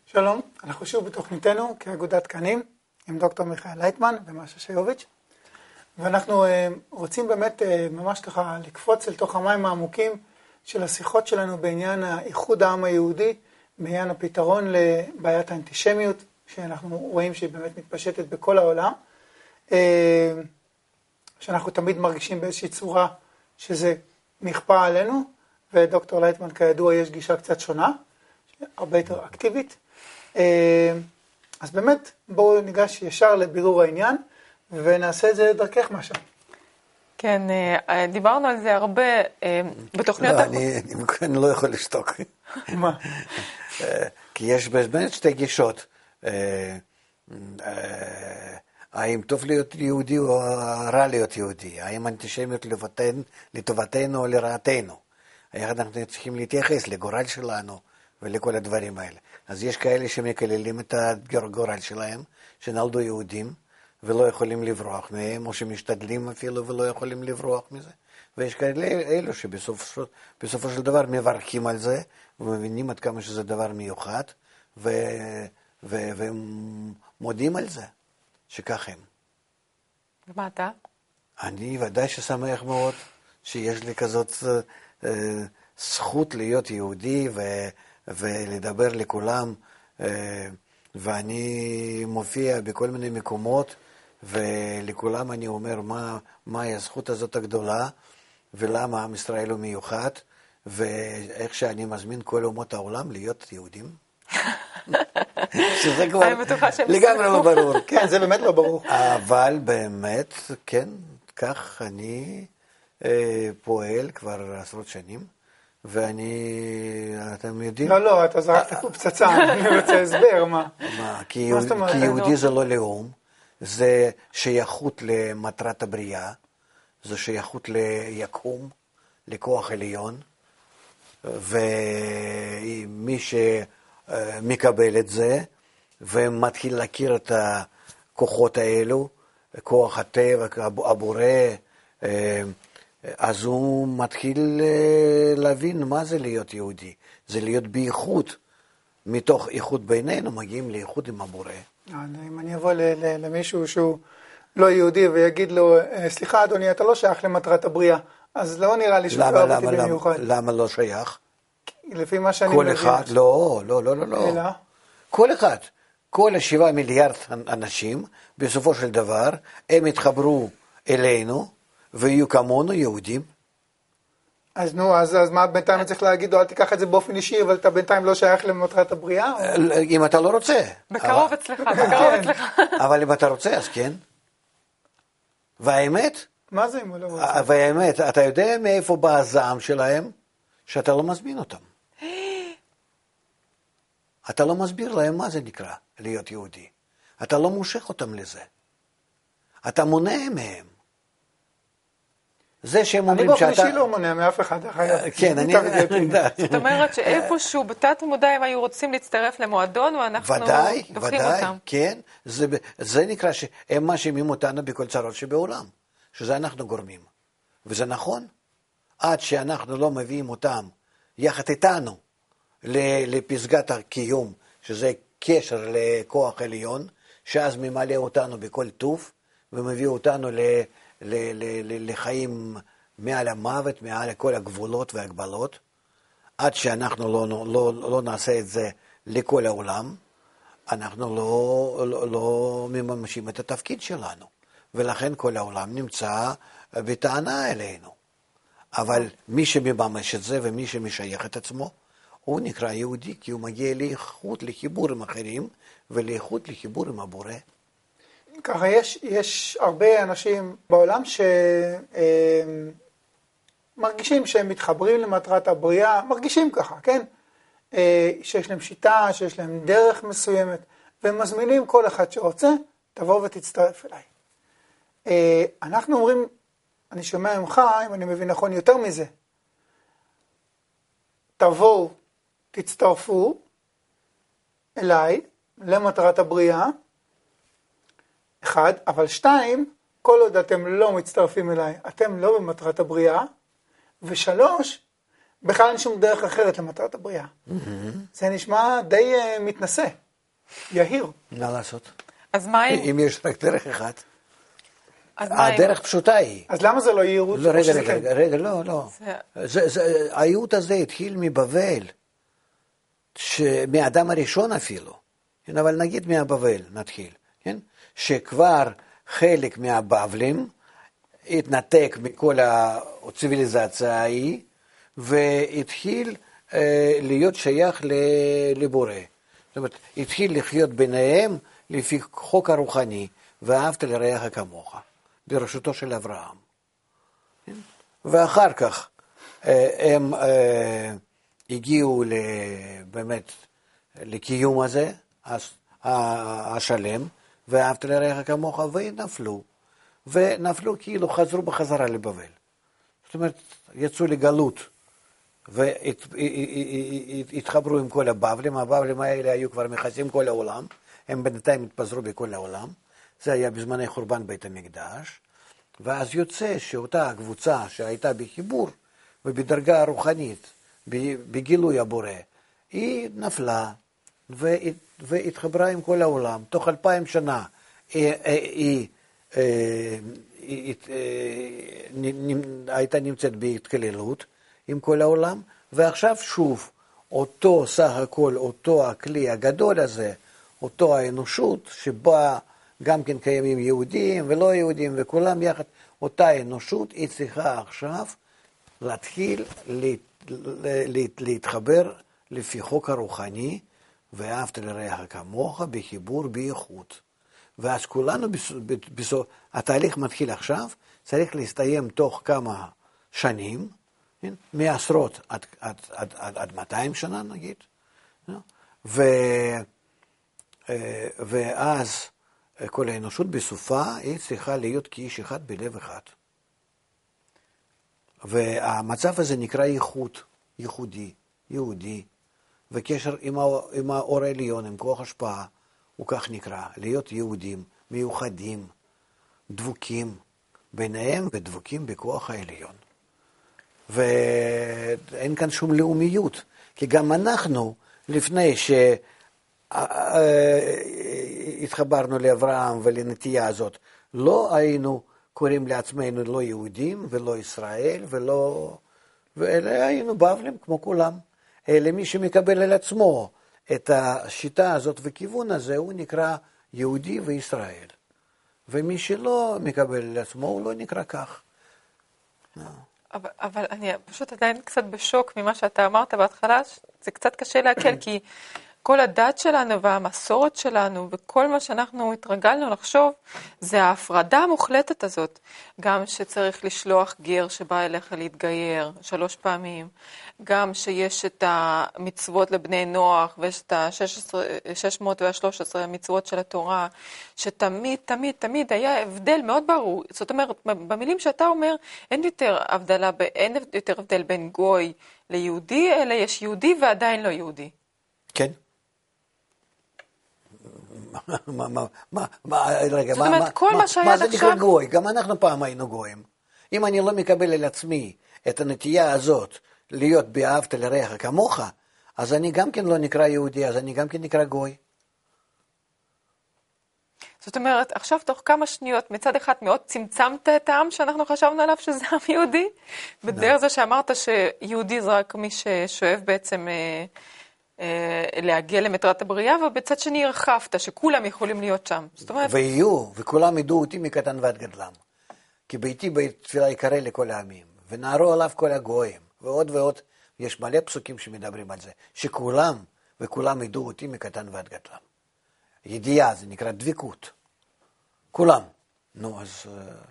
שלום, אנחנו שוב בתוכניתנו כאגודת קנים עם דוקטור מיכאל לייטמן ומשה שיוביץ', ואנחנו רוצים באמת ממש ככה לקפוץ אל תוך המים העמוקים של השיחות שלנו בעניין איחוד העם היהודי, בעניין הפתרון לבעיית האנטישמיות שאנחנו רואים שהיא באמת מתפשטת בכל העולם, שאנחנו תמיד מרגישים באיזושהי צורה שזה נכפה עלינו, ודוקטור לייטמן כידוע יש גישה קצת שונה, הרבה יותר אקטיבית. אז באמת בואו ניגש ישר לבירור העניין ונעשה את זה דרכך משהו. כן, דיברנו על זה הרבה בתוכניות. לא, אני לא יכול לשתוק. מה? כי יש באמת שתי גישות. האם טוב להיות יהודי או רע להיות יהודי? האם אנטישמיות לטובתנו או לרעתנו? איך אנחנו צריכים להתייחס לגורל שלנו ולכל הדברים האלה. אז יש כאלה שמקללים את הגורל שלהם, שנולדו יהודים ולא יכולים לברוח מהם, או שמשתדלים אפילו ולא יכולים לברוח מזה. ויש כאלה אלו שבסופו של דבר מברכים על זה, ומבינים עד כמה שזה דבר מיוחד, ומודים על זה, שכך הם. ומה אתה? אני ודאי ששמח מאוד שיש לי כזאת זכות להיות יהודי ולדבר לכולם, ואני מופיע בכל מיני מקומות, ולכולם אני אומר מהי הזכות הזאת הגדולה, ולמה עם ישראל הוא מיוחד, ואיך שאני מזמין כל אומות העולם להיות יהודים. שזה כבר לגמרי לא ברור. כן, זה באמת לא ברור. אבל באמת, כן, כך אני פועל כבר עשרות שנים, אתם יודעים? לא, אתה זרקת פה פצצה, אני רוצה הסבר, מה? כי יהודי זה לא לאום, זה שייכות למטרת הבריאה, זה שייכות ליקום, לכוח עליון, ומי שמקבל את זה, ומתחיל להכיר את הכוחות האלו, כוח הטבע, הבורא, אז הוא מתחיל להבין מה זה להיות יהודי. זה להיות בייחוד. מתוך איחוד בינינו מגיעים לאיחוד עם הבורא. אם אני אבוא למישהו שהוא לא יהודי ויגיד לו, סליחה אדוני, אתה לא שייך למטרת הבריאה, אז לא נראה לי שהוא אוהב אותי במיוחד. למה לא שייך? לפי מה שאני מבין. כל אחד, לא. אלא? כל אחד. כל 7 מיליארד אנשים, בסופו של דבר, הם התחברו אלינו, ויהיו כמונו יהודים. אז אז מה בינתיים צריך להגיד, אל תיקח את זה באופן אישי, אבל אתה בינתיים לא שייך למטרת הבריאה? אם אתה לא רוצה. בקרוב אצלך. אבל אם אתה רוצה, אז כן. והאמת? מה זה אם הוא לא רוצה? והאמת, אתה יודע מאיפה בא הזעם שלהם? שאתה לא מזמין אותם. אתה לא מסביר להם מה זה נקרא להיות יהודי. אתה לא מושך אותם לזה. אתה מונע מהם. זה שהם אומרים שאתה... אני באופן אישי לא מונע מאף אחד. כן, אני יודע. זאת אומרת שאיפשהו בתת מודע הם היו רוצים להצטרף למועדון, ואנחנו דוחים אותם. כן. זה נקרא שהם מאשימים אותנו בכל צרות שבעולם. שזה אנחנו גורמים. וזה נכון. עד שאנחנו לא מביאים אותם יחד איתנו לפסגת הקיום, שזה קשר לכוח עליון, שאז ממלא אותנו בכל טוב, ומביא אותנו לחיים מעל המוות, מעל כל הגבולות והגבלות, עד שאנחנו לא נעשה את זה לכל העולם, אנחנו לא מממשים את התפקיד שלנו, ולכן כל העולם נמצא בטענה אלינו. אבל מי שמממש את זה ומי שמשייך את עצמו, הוא נקרא יהודי, כי הוא מגיע לאיכות, לחיבור עם אחרים, ולאיכות לחיבור עם הבורא. ככה יש הרבה אנשים בעולם שמרגישים שהם מתחברים למטרת הבריאה, מרגישים ככה, כן? שיש להם שיטה, שיש להם דרך מסוימת, והם מזמינים כל אחד שרוצה, תבוא ותצטרף אליי. אנחנו אומרים, אני שומע ממך, אם אני מבין נכון יותר מזה, תבואו, תצטרפו אליי, למטרת הבריאה, 1, אבל 2, כל עוד אתם לא מצטרפים אליי, אתם לא במטרת הבריאה, ו3, בכלל אין שום דרך אחרת למטרת הבריאה. זה נשמע די מתנשא, יהיר. מה לעשות? אז מה אם יש רק דרך אחת. אז הדרך פשוטה היא. אז למה זה לא ייעוד? רגע, לא. הייעוד הזה התחיל מבבל, מהאדם הראשון אפילו, אבל נגיד מהבבל נתחיל, שכבר חלק מהבבלים התנתק מכל הציוויליזציה ההיא, והתחיל להיות שייך לבורא. זאת אומרת, התחיל לחיות ביניהם לפי חוק הרוחני, ואהבת לרעך כמוך, בראשותו של אברהם. ואחר כך הם הגיעו באמת לקיום הזה, השלם, ואהבת לרעך כמוך, ונפלו כאילו חזרו בחזרה לבבל. זאת אומרת, יצאו לגלות, והתחברו עם כל הבבלים האלה היו כבר מכסים כל העולם, הם בינתיים התפזרו בכל העולם, זה היה בזמני חורבן בית המקדש, ואז יוצא שאותה קבוצה שהייתה בחיבור ובדרגה הרוחנית, בגילוי הבורא, היא נפלה והתחברה עם כל העולם. תוך 2000 שנה היא הייתה נמצאת בהתקללות עם כל העולם, ועכשיו שוב אותו סך הכל, אותו הכלי הגדול הזה, אותו האנושות שבה גם כן קיימים יהודים ולא יהודים וכולם יחד, אותה אנושות היא צריכה עכשיו להתחיל להתחבר לפי חוק הרוחני, ואהבת לרעך כמוך בחיבור באיכות. ואז כולנו, התהליך מתחיל עכשיו, צריך להסתיים תוך כמה שנים, מעשרות עד 200 שנה נגיד, ואז כל האנושות בסופה היא צריכה להיות כאיש אחד בלב אחד. והמצב הזה נקרא ייחוד, ייחודי, יהודי, וקשר עם האור העליון, עם כוח השפעה, הוא כך נקרא, להיות יהודים, מיוחדים, דבוקים ביניהם ודבוקים בכוח העליון. ואין כאן שום לאומיות, כי גם אנחנו, לפני שהתחברנו לאברהם ולנטייה הזאת, לא היינו קוראים לעצמנו לא יהודים ולא ישראל, אלא היינו בבלים כמו כולם. למי שמקבל על עצמו את השיטה הזאת וכיוון הזה, הוא נקרא יהודי וישראל. ומי שלא מקבל על עצמו, הוא לא נקרא כך. אבל אני פשוט עדיין קצת בשוק ממה שאתה אמרת בהתחלה, זה קצת קשה להקל, כי כל הדת שלנו והמסורת שלנו וכל מה שאנחנו התרגלנו לחשוב, זה ההפרדה המוחלטת הזאת. גם שצריך לשלוח גר שבא אליך להתגייר 3 פעמים, גם שיש את המצוות לבני נוח, ויש את ה-613 המצוות של התורה, שתמיד, תמיד, תמיד היה הבדל מאוד ברור. זאת אומרת, במילים שאתה אומר, אין יותר הבדל בין גוי ליהודי, אלא יש יהודי ועדיין לא יהודי. כן. רגע, זאת אומרת, כל מה שהיה עכשיו... מה זה נקרא גוי? גם אנחנו פעם היינו גויים. אם אני לא מקבל על עצמי את הנטייה הזאת, להיות באהבת לרעך כמוך, אז אני גם כן לא נקרא יהודי, אז אני גם כן נקרא גוי. זאת אומרת, עכשיו תוך כמה שניות, מצד אחד מאוד צמצמת את העם שאנחנו חשבנו עליו שזה עם יהודי, בדרך זה שאמרת שיהודי זה רק מי ששואב בעצם להגיע למטרת הבריאה, ובצד שני הרחבת, שכולם יכולים להיות שם. זאת אומרת... ויהיו, וכולם ידעו אותי מקטן ועד גדלם. כי ביתי בית תפילה יקרא לכל העמים, ונערו עליו כל הגויים, ועוד ועוד, יש מלא פסוקים שמדברים על זה, שכולם, וכולם ידעו אותי מקטן ועד גדלם. ידיעה, זה נקרא דביקות. כולם. נו, אז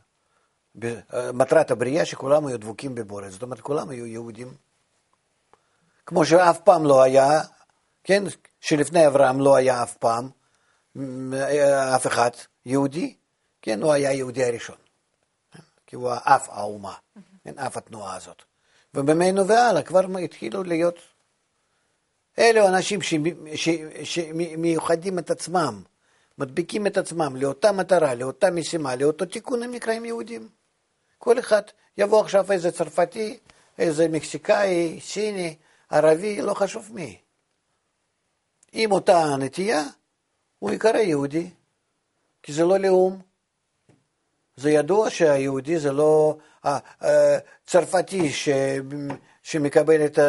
מטרת הבריאה שכולם היו דבוקים בבורא, זאת אומרת, כולם היו יהודים. כמו שאף פעם לא היה, כן, שלפני אברהם לא היה אף פעם, אף אחד יהודי, כן, הוא היה יהודי הראשון. כי הוא אף האומה, אף התנועה הזאת. ובמנו והלאה כבר התחילו להיות, אלו אנשים שמיוחדים את עצמם, מדביקים את עצמם לאותה מטרה, לאותה משימה, לאותו תיקון, הם נקראים יהודים. כל אחד יבוא עכשיו איזה צרפתי, איזה מקסיקאי, סיני, ערבי, לא חשוב מי. אם אותה הנטייה, הוא יקרא יהודי, כי זה לא לאום. זה ידוע שהיהודי זה לא צרפתי שמקבל את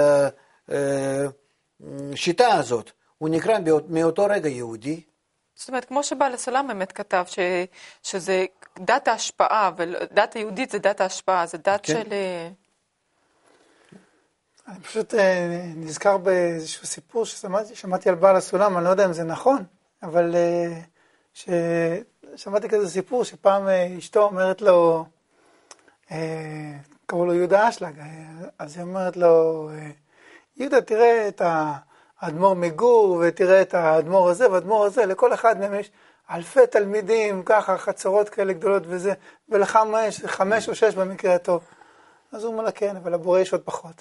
השיטה הזאת. הוא נקרא מאותו רגע יהודי. זאת אומרת, כמו שבעל הסולם באמת כתב, שזה דת ההשפעה, ודת היהודית זה דת ההשפעה, זה דת כן. של... אני פשוט נזכר באיזשהו סיפור ששמעתי על בעל הסולם, אני לא יודע אם זה נכון, אבל שמעתי כזה סיפור שפעם אשתו אומרת לו, קראו לו יהודה אשלג, אז היא אומרת לו, יהודה תראה את האדמו"ר מגור ותראה את האדמו"ר הזה והאדמו"ר הזה, לכל אחד מהם יש אלפי תלמידים, ככה חצרות כאלה גדולות וזה, ולך מה יש? 5 או 6 במקרה הטוב. אז הוא אומר לה כן, אבל לבורא יש עוד פחות.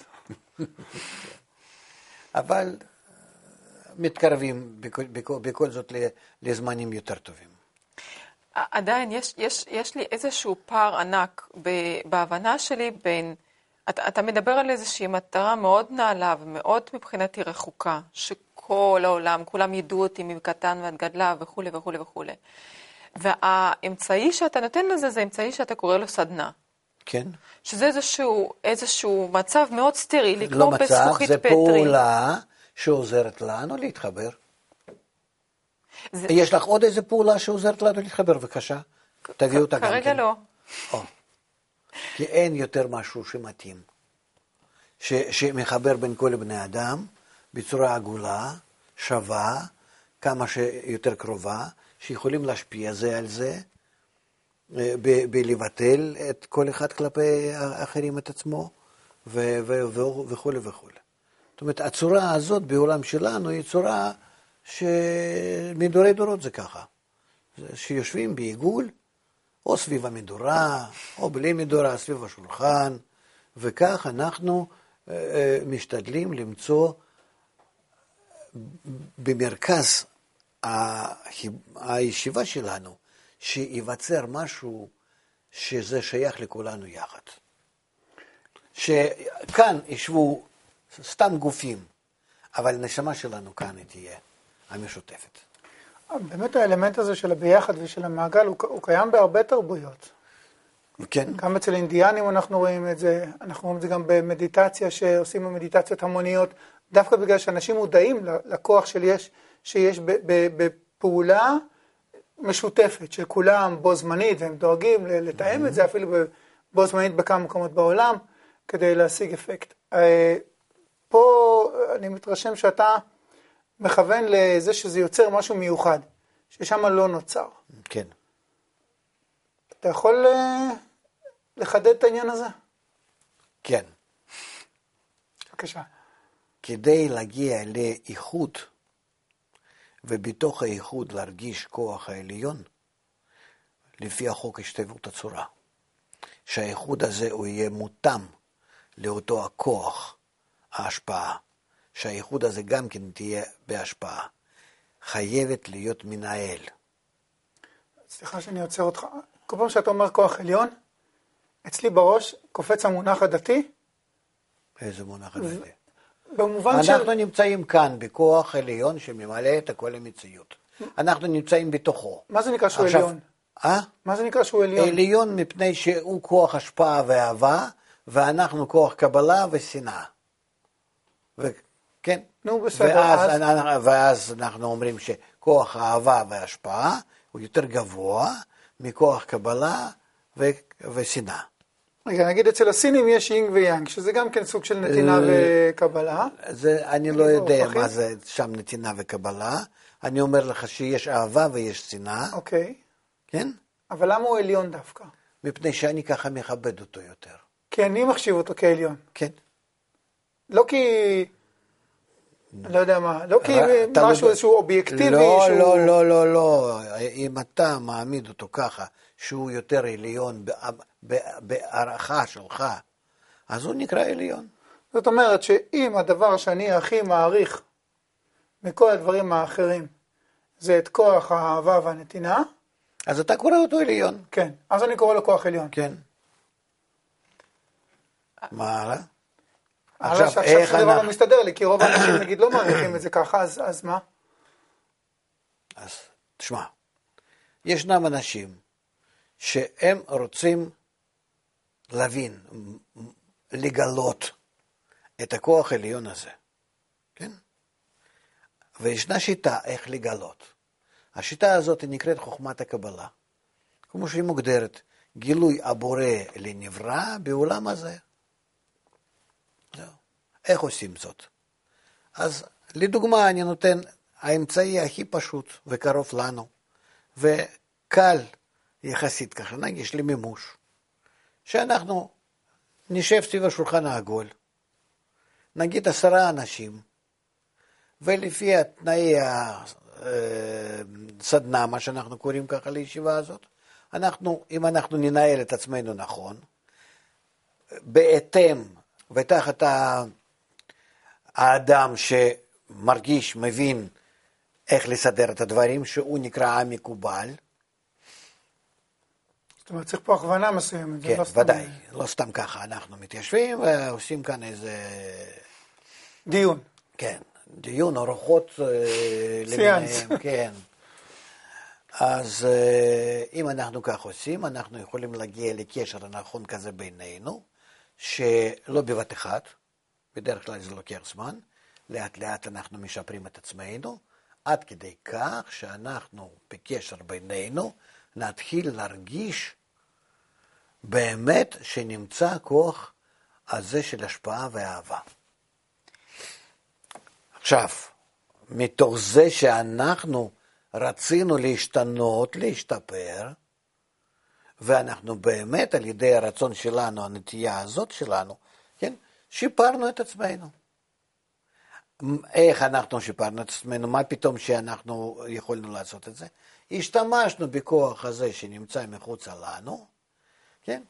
אבל מתקרבים בכל זאת לזמנים יותר טובים. עדיין יש לי איזשהו פער ענק בהבנה שלי בין, אתה מדבר על איזושהי מטרה מאוד נעלה ומאוד מבחינתי רחוקה, שכל העולם, כולם ידעו אותי מקטן ועד גדלה וכו' וכו' וכו'. והאמצעי שאתה נותן לזה זה אמצעי שאתה קורא לו סדנה. כן. שזה איזשהו מצב מאוד סטרילי, לא כמו מצב, בזכוכית זה פטרי. פעולה שעוזרת לנו להתחבר. יש לך עוד איזה פעולה שעוזרת לנו להתחבר, בבקשה? תביאו אותה גם כן. כרגע לא. כי אין יותר משהו שמתאים, שמחבר בין כל בני אדם, בצורה עגולה, שווה, כמה שיותר קרובה, שיכולים להשפיע זה על זה, בלבטל את כל אחד כלפי האחרים את עצמו, וכו' וכו'. זאת אומרת, הצורה הזאת בעולם שלנו היא צורה שמדורי דורות זה ככה. שיושבים בעיגול, או סביב המדורה, או בלי מדורה, סביב השולחן, וכך אנחנו משתדלים למצוא במרכז הישיבה שלנו, שיווצר משהו שזה שייך לכולנו יחד. שכאן ישבו סתם גופים, אבל הנשמה שלנו כאן תהיה המשותפת. באמת האלמנט הזה של הביחד ושל המעגל הוא קיים בהרבה תרבויות. כן. גם אצל אינדיאנים אנחנו רואים את זה, אנחנו רואים את זה גם במדיטציה שעושים במדיטציות המוניות, דווקא בגלל שאנשים מודעים לכוח שיש בפעולה משותפת, שכולם בו זמנית, והם דואגים לתאם את זה אפילו בו זמנית בכמה מקומות בעולם, כדי להשיג אפקט. פה אני מתרשם שאתה מכוון לזה שזה יוצר משהו מיוחד, ששם לא נוצר. כן. אתה יכול לחדד את העניין הזה? כן. בבקשה. כדי להגיע לאיחוד, ובתוך האיחוד להרגיש כוח העליון, לפי החוק השתוות הצורה, שהאיחוד הזה הוא יהיה מותאם לאותו הכוח, ההשפעה, שהאיחוד הזה גם כן תהיה בהשפעה, חייבת להיות מנהל. סליחה שאני עוצר אותך. כל פעם שאתה אומר כוח עליון, אצלי בראש קופץ המונח הדתי. איזה מונח הדתי? במובן אנחנו נמצאים כאן בכוח עליון שממלא את כל המציאות. אנחנו נמצאים בתוכו. מה זה נקרא שהוא עליון? מה זה נקרא שהוא עליון? עליון מפני שהוא כוח השפעה ואהבה, ואנחנו כוח קבלה ושנאה. כן? נו בסדר. ואז אנחנו אומרים שכוח האהבה וההשפעה הוא יותר גבוה מכוח קבלה ושנאה. רגע, נגיד אצל הסינים יש יינג ויאנג, שזה גם כן סוג של נתינה וקבלה. אני לא יודע מה זה שם נתינה וקבלה. אני אומר לך שיש אהבה ויש שנאה. אוקיי. כן? אבל למה הוא עליון דווקא? מפני שאני ככה מכבד אותו יותר. כי אני מחשיב אותו כעליון. כן. לא כי... לא יודע מה, לא כי משהו איזשהו אובייקטיבי. לא. אם אתה מעמיד אותו ככה, שהוא יותר עליון בהערכה שלך, אז הוא נקרא עליון. זאת אומרת שאם הדבר שאני הכי מעריך מכל הדברים האחרים, זה את כוח האהבה והנתינה, אז אתה קורא אותו עליון. כן, אז אני קורא לו כוח עליון. כן. מה הלאה? עכשיו שזה לא מסתדר לי, כי רוב האנשים נגיד לא מעריכים את זה ככה, אז מה? אז תשמע, ישנם אנשים שהם רוצים להבין, לגלות את הכוח העליון הזה, כן? וישנה שיטה איך לגלות. השיטה הזאת נקראת חוכמת הקבלה, כמו שהיא מוגדרת, גילוי הבורא לנברא בעולם הזה. זהו. איך עושים זאת? אז לדוגמה אני נותן האמצעי הכי פשוט וקרוב לנו, וקל יחסית ככה, נגיש למימוש, שאנחנו נשב סביב השולחן העגול, נגיד 10 אנשים, ולפי תנאי הסדנה, מה שאנחנו קוראים ככה לישיבה הזאת, אם אנחנו ננהל את עצמנו נכון, בהתאם ותחת האדם שמרגיש, מבין איך לסדר את הדברים, שהוא נקרא המקובל. זאת אומרת, צריך פה הכוונה מסוימת. כן, ודאי. לא סתם ככה, אנחנו מתיישבים ועושים כאן איזה... דיון. כן, דיון, ארוחות למיניהם, כן. אז אם אנחנו כך עושים, אנחנו יכולים להגיע לקשר הנכון כזה בינינו, שלא בבת אחת, בדרך כלל זה לוקח זמן, לאט לאט אנחנו משפרים את עצמנו, עד כדי כך שאנחנו בקשר בינינו, נתחיל להרגיש באמת שנמצא הכוח הזה של השפעה ואהבה. עכשיו, מתוך זה שאנחנו רצינו להשתנות, להשתפר, ואנחנו באמת על ידי הרצון שלנו, הנטייה הזאת שלנו, כן, שיפרנו את עצמנו. איך אנחנו שיפרנו את עצמנו? מה פתאום שאנחנו יכולנו לעשות את זה? השתמשנו בכוח הזה שנמצא מחוץ לנו, כן?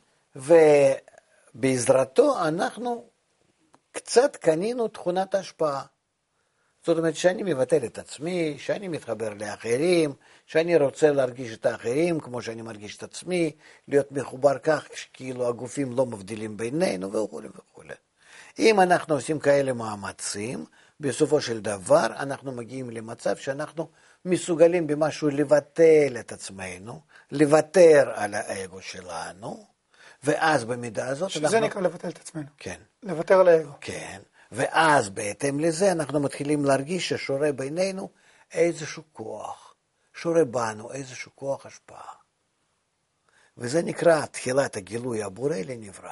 ובעזרתו אנחנו קצת קנינו תכונת השפעה. זאת אומרת שאני מבטל את עצמי, שאני מתחבר לאחרים, שאני רוצה להרגיש את האחרים כמו שאני מרגיש את עצמי, להיות מחובר כך שכאילו הגופים לא מבדילים בינינו וכו' וכו'. אם אנחנו עושים כאלה מאמצים, בסופו של דבר אנחנו מגיעים למצב שאנחנו מסוגלים במשהו לבטל את עצמנו, לוותר על האגו שלנו, ואז במידה הזאת... שזה נקרא לבטל את עצמנו. כן. לוותר על האגו. כן. ואז בהתאם לזה אנחנו מתחילים להרגיש ששורה בינינו איזשהו כוח, שורה בנו איזשהו כוח השפעה. וזה נקרא תחילת הגילוי הבורא לנברא.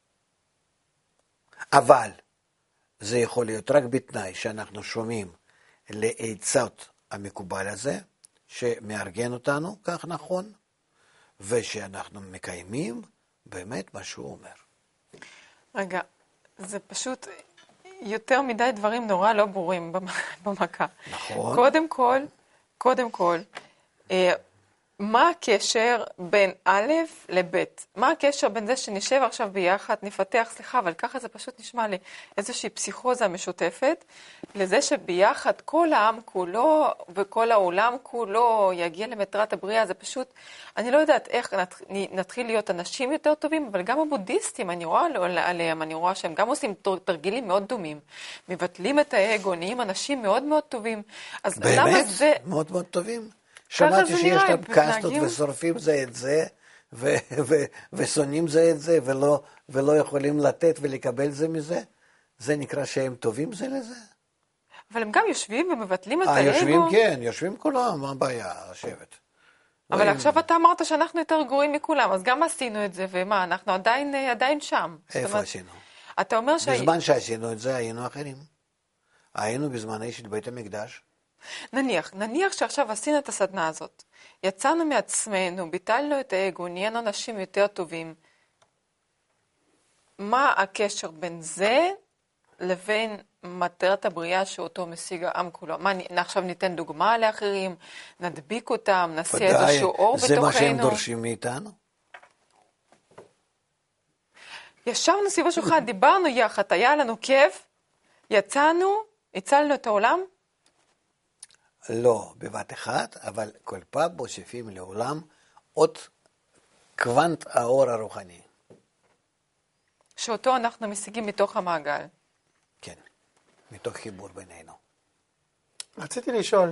אבל זה יכול להיות רק בתנאי שאנחנו שומעים לעצות המקובל הזה, שמארגן אותנו כך נכון, ושאנחנו מקיימים באמת מה שהוא אומר. רגע, זה פשוט יותר מדי דברים נורא לא ברורים במכה. נכון. קודם כל, מה הקשר בין א' לב'? מה הקשר בין זה שנשב עכשיו ביחד, נפתח, סליחה, אבל ככה זה פשוט נשמע לי איזושהי פסיכוזה משותפת, לזה שביחד כל העם כולו וכל העולם כולו יגיע למטרת הבריאה, זה פשוט, אני לא יודעת איך נתחיל להיות אנשים יותר טובים, אבל גם הבודהיסטים, אני רואה עליהם, אני רואה שהם גם עושים תרגילים מאוד דומים, מבטלים את האגו, נהיים אנשים מאוד מאוד טובים. אז באמת? זה... מאוד מאוד טובים. שמעתי שיש להם קסטות ושורפים זה את זה, ושונאים זה את זה, ולא יכולים לתת ולקבל זה מזה. זה נקרא שהם טובים זה לזה. אבל הם גם יושבים ומבטלים את האגו. יושבים, כן, יושבים כולם, מה הבעיה, לשבת. אבל עכשיו אתה אמרת שאנחנו יותר גרועים מכולם, אז גם עשינו את זה, ומה, אנחנו עדיין שם. איפה עשינו? אתה אומר בזמן שעשינו את זה היינו אחרים. היינו בזמני של בית המקדש. נניח שעכשיו עשינו את הסדנה הזאת, יצאנו מעצמנו, ביטלנו את האגו, נהיינו אנשים יותר טובים. מה הקשר בין זה לבין מטרת הבריאה שאותו משיג העם כולו? מה, עכשיו ניתן דוגמה לאחרים, נדביק אותם, נעשה איזשהו אור בתוכנו? זה מה שהם דורשים מאיתנו? ישבנו סביב השולחן, דיברנו יחד, היה לנו כיף, יצאנו, הצלנו את העולם? לא בבת אחת, אבל כל פעם מוסיפים לעולם עוד קוונט האור הרוחני. שאותו אנחנו משיגים מתוך המעגל. מתוך חיבור בינינו. רציתי לשאול,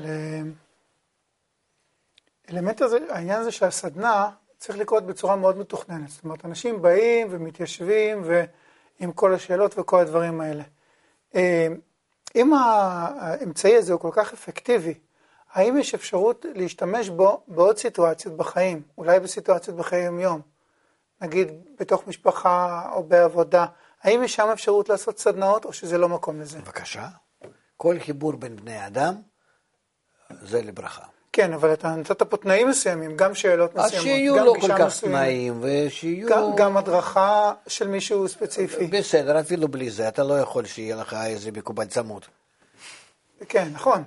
אלמנט הזה, העניין הזה שהסדנה צריך לקרות בצורה מאוד מתוכננת. זאת אומרת, אנשים באים ומתיישבים ועם כל השאלות וכל הדברים האלה. אם האמצעי הזה הוא כל כך אפקטיבי, האם יש אפשרות להשתמש בו בעוד סיטואציות בחיים? אולי בסיטואציות בחיי יום, נגיד בתוך משפחה או בעבודה. האם יש שם אפשרות לעשות סדנאות או שזה לא מקום לזה? בבקשה. כל חיבור בין בני אדם זה לברכה. כן, אבל אתה נתת פה תנאים מסוימים, גם שאלות מסוימות, אז שיהיו גם לא גישה כל כך מסוימת, תנאים, ושיהיו... גם הדרכה של מישהו ספציפי. בסדר, אפילו בלי זה, אתה לא יכול שיהיה לך איזה מקובל צמוד. כן, נכון.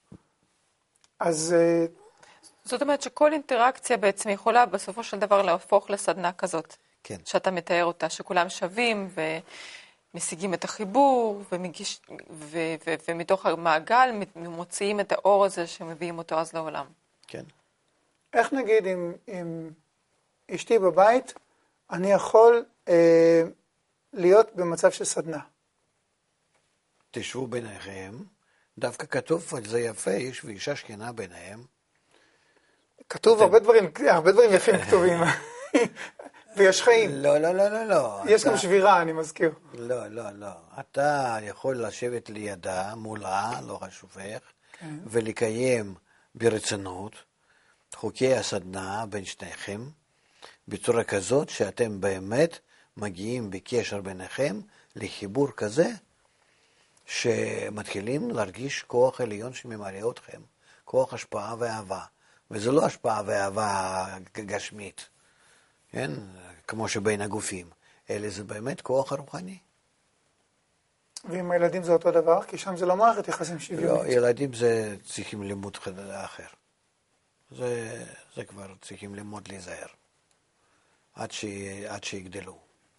אז זאת אומרת שכל אינטראקציה בעצם יכולה בסופו של דבר להפוך לסדנה כזאת. כן. שאתה מתאר אותה, שכולם שווים ומשיגים את החיבור, ומתוך המעגל מוציאים את האור הזה שמביאים אותו אז לעולם. כן. איך נגיד אם אשתי בבית, אני יכול להיות במצב של סדנה? תשבו ביניכם, דווקא כתוב על זה יפה, איש ואישה שכנה ביניהם. כתוב הרבה דברים יפים כתובים. ויש חיים. לא, לא, לא, לא, לא. יש גם שבירה, אני מזכיר. לא, לא, לא. אתה יכול לשבת לידה, מולה, לא חשוב איך, ולקיים ברצינות חוקי הסדנה בין שניכם, בצורה כזאת שאתם באמת מגיעים בקשר ביניכם לחיבור כזה, שמתחילים להרגיש כוח עליון שממלא אתכם, כוח השפעה ואהבה. וזה לא השפעה ואהבה גשמית, כן? כמו שבין הגופים, אלא זה באמת כוח הרוחני. ועם הילדים זה אותו דבר? כי שם זה לא מערכת יחסים שוויונית. לא, ילדים זה צריכים לימוד אחר. זה כבר צריכים ללמוד להיזהר, עד שיגדלו.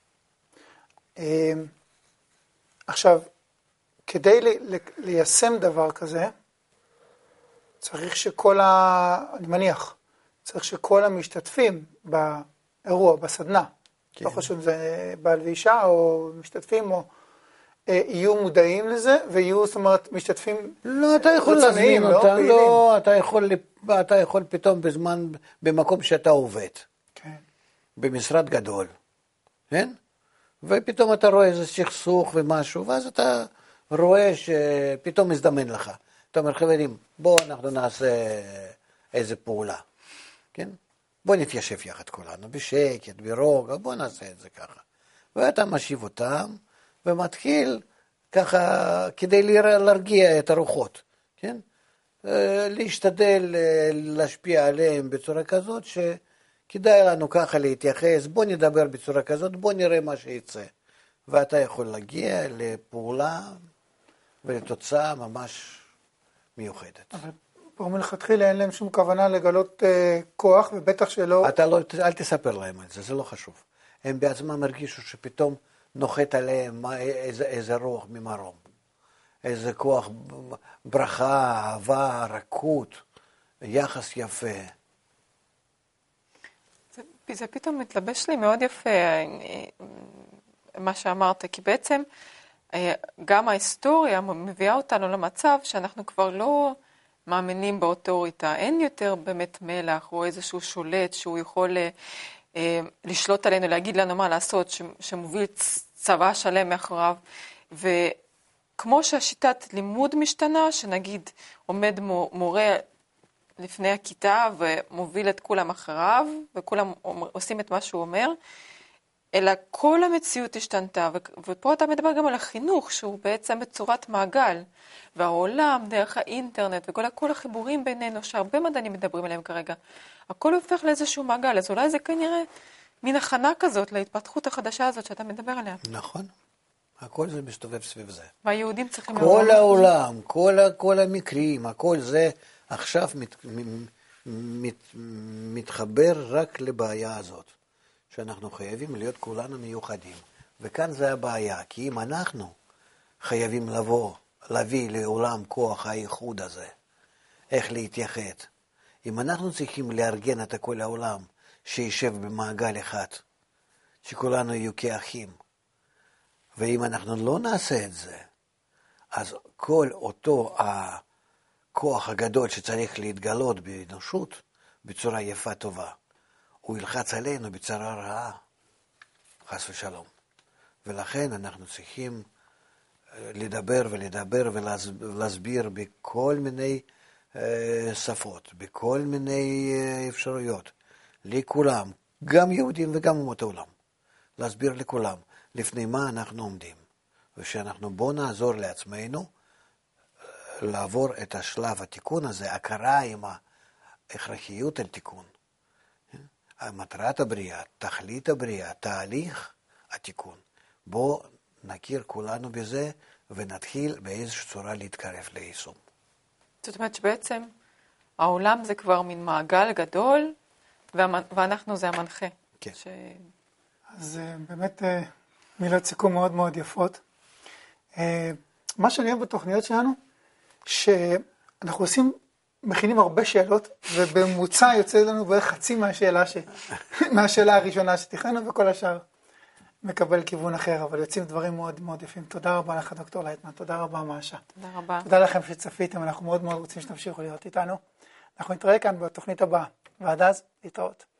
עכשיו, כדי ליישם דבר כזה, צריך אני מניח, צריך שכל המשתתפים באירוע, בסדנה, כן. לא חשוב אם זה בעל ואישה או משתתפים, יהיו מודעים לזה, ויהיו, זאת אומרת, משתתפים לא, אתה יכול להזמין אותם, לא, אתה יכול פתאום במקום שאתה עובד, כן. במשרד גדול, כן? ופתאום אתה רואה איזה סכסוך ומשהו, ואז אתה רואה שפתאום מזדמן לך. אתה אומר, חברים, בואו אנחנו נעשה איזה פעולה, כן? בואו נתיישב יחד כולנו, בשקט, ברוגע, בואו נעשה את זה ככה. ואתה משיב אותם, ומתחיל ככה, כדי להרגיע את הרוחות, כן? להשתדל להשפיע עליהם בצורה כזאת, שכדאי לנו ככה להתייחס, בואו נדבר בצורה כזאת, בואו נראה מה שיצא. ואתה יכול להגיע לפעולה ולתוצאה ממש מיוחדת. אבל פה מלכתחילה אין להם שום כוונה לגלות כוח, ובטח שלא... אל תספר להם על זה, זה לא חשוב. הם בעצמם הרגישו שפתאום נוחת עליהם איזה רוח ממרום. איזה כוח, ברכה, אהבה, רכות, יחס יפה. זה פתאום מתלבש לי מאוד יפה, מה שאמרת, כי בעצם גם ההיסטוריה מביאה אותנו למצב שאנחנו כבר לא מאמינים באוטוריטה. אין יותר באמת מלך או איזשהו שולט שהוא יכול לשלוט עלינו, להגיד לנו מה לעשות, שמוביל צבא שלם מאחוריו. וכמו שהשיטת לימוד משתנה, שנגיד עומד מורה לפני הכיתה ומוביל את כולם אחריו, וכולם עושים את מה שהוא אומר, אלא כל המציאות השתנתה, ופה אתה מדבר גם על החינוך, שהוא בעצם בצורת מעגל, והעולם דרך האינטרנט, וכל החיבורים בינינו, שהרבה מדענים מדברים עליהם כרגע, הכל הופך לאיזשהו מעגל, אז אולי זה כנראה מין הכנה כזאת להתפתחות החדשה הזאת שאתה מדבר עליה. נכון, הכל זה מסתובב סביב זה. והיהודים צריכים... כל העולם, כל המקרים, הכל זה עכשיו מתחבר רק לבעיה הזאת. שאנחנו חייבים להיות כולנו מיוחדים. וכאן זה הבעיה, כי אם אנחנו חייבים להביא לעולם כוח הייחוד הזה, איך להתייחד, אם אנחנו צריכים לארגן את כל העולם, שישב במעגל אחד, שכולנו יהיו כאחים, ואם אנחנו לא נעשה את זה, אז כל אותו הכוח הגדול שצריך להתגלות באנושות בצורה יפה טובה, הוא ילחץ עלינו בצורה רעה, חס ושלום. ולכן אנחנו צריכים לדבר ולדבר ולהסביר בכל מיני שפות, בכל מיני אפשרויות, לכולם, גם יהודים וגם אומות העולם. להסביר לכולם, לפני מה אנחנו עומדים. ושאנחנו בוא נעזור לעצמנו, לעבור את השלב התיקון הזה, הכרה עם ההכרחיות על תיקון. מטרת הבריאה, תכלית הבריאה, תהליך התיקון. בוא נכיר כולנו בזה ונתחיל באיזושהי צורה להתקרב ליישום. זאת אומרת שבעצם העולם זה כבר מין מעגל גדול, ואנחנו זה המנחה. כן. אז באמת מילות סיכום מאוד מאוד יפות. מה שאני אוהב בתוכניות שלנו, שאנחנו מכינים הרבה שאלות, ובממוצע יוצא לנו בערך חצי מהשאלה הראשונה שתכננו, וכל השאר מקבל כיוון אחר, אבל יוצאים דברים מאוד מאוד יפים. תודה רבה לך, דוקטור לייטמן, תודה רבה, מאשה. תודה רבה. תודה לכם שצפיתם, אנחנו מאוד מאוד רוצים שתמשיכו להיות איתנו. אנחנו נתראה כאן בתוכנית הבאה, ועד אז, להתראות.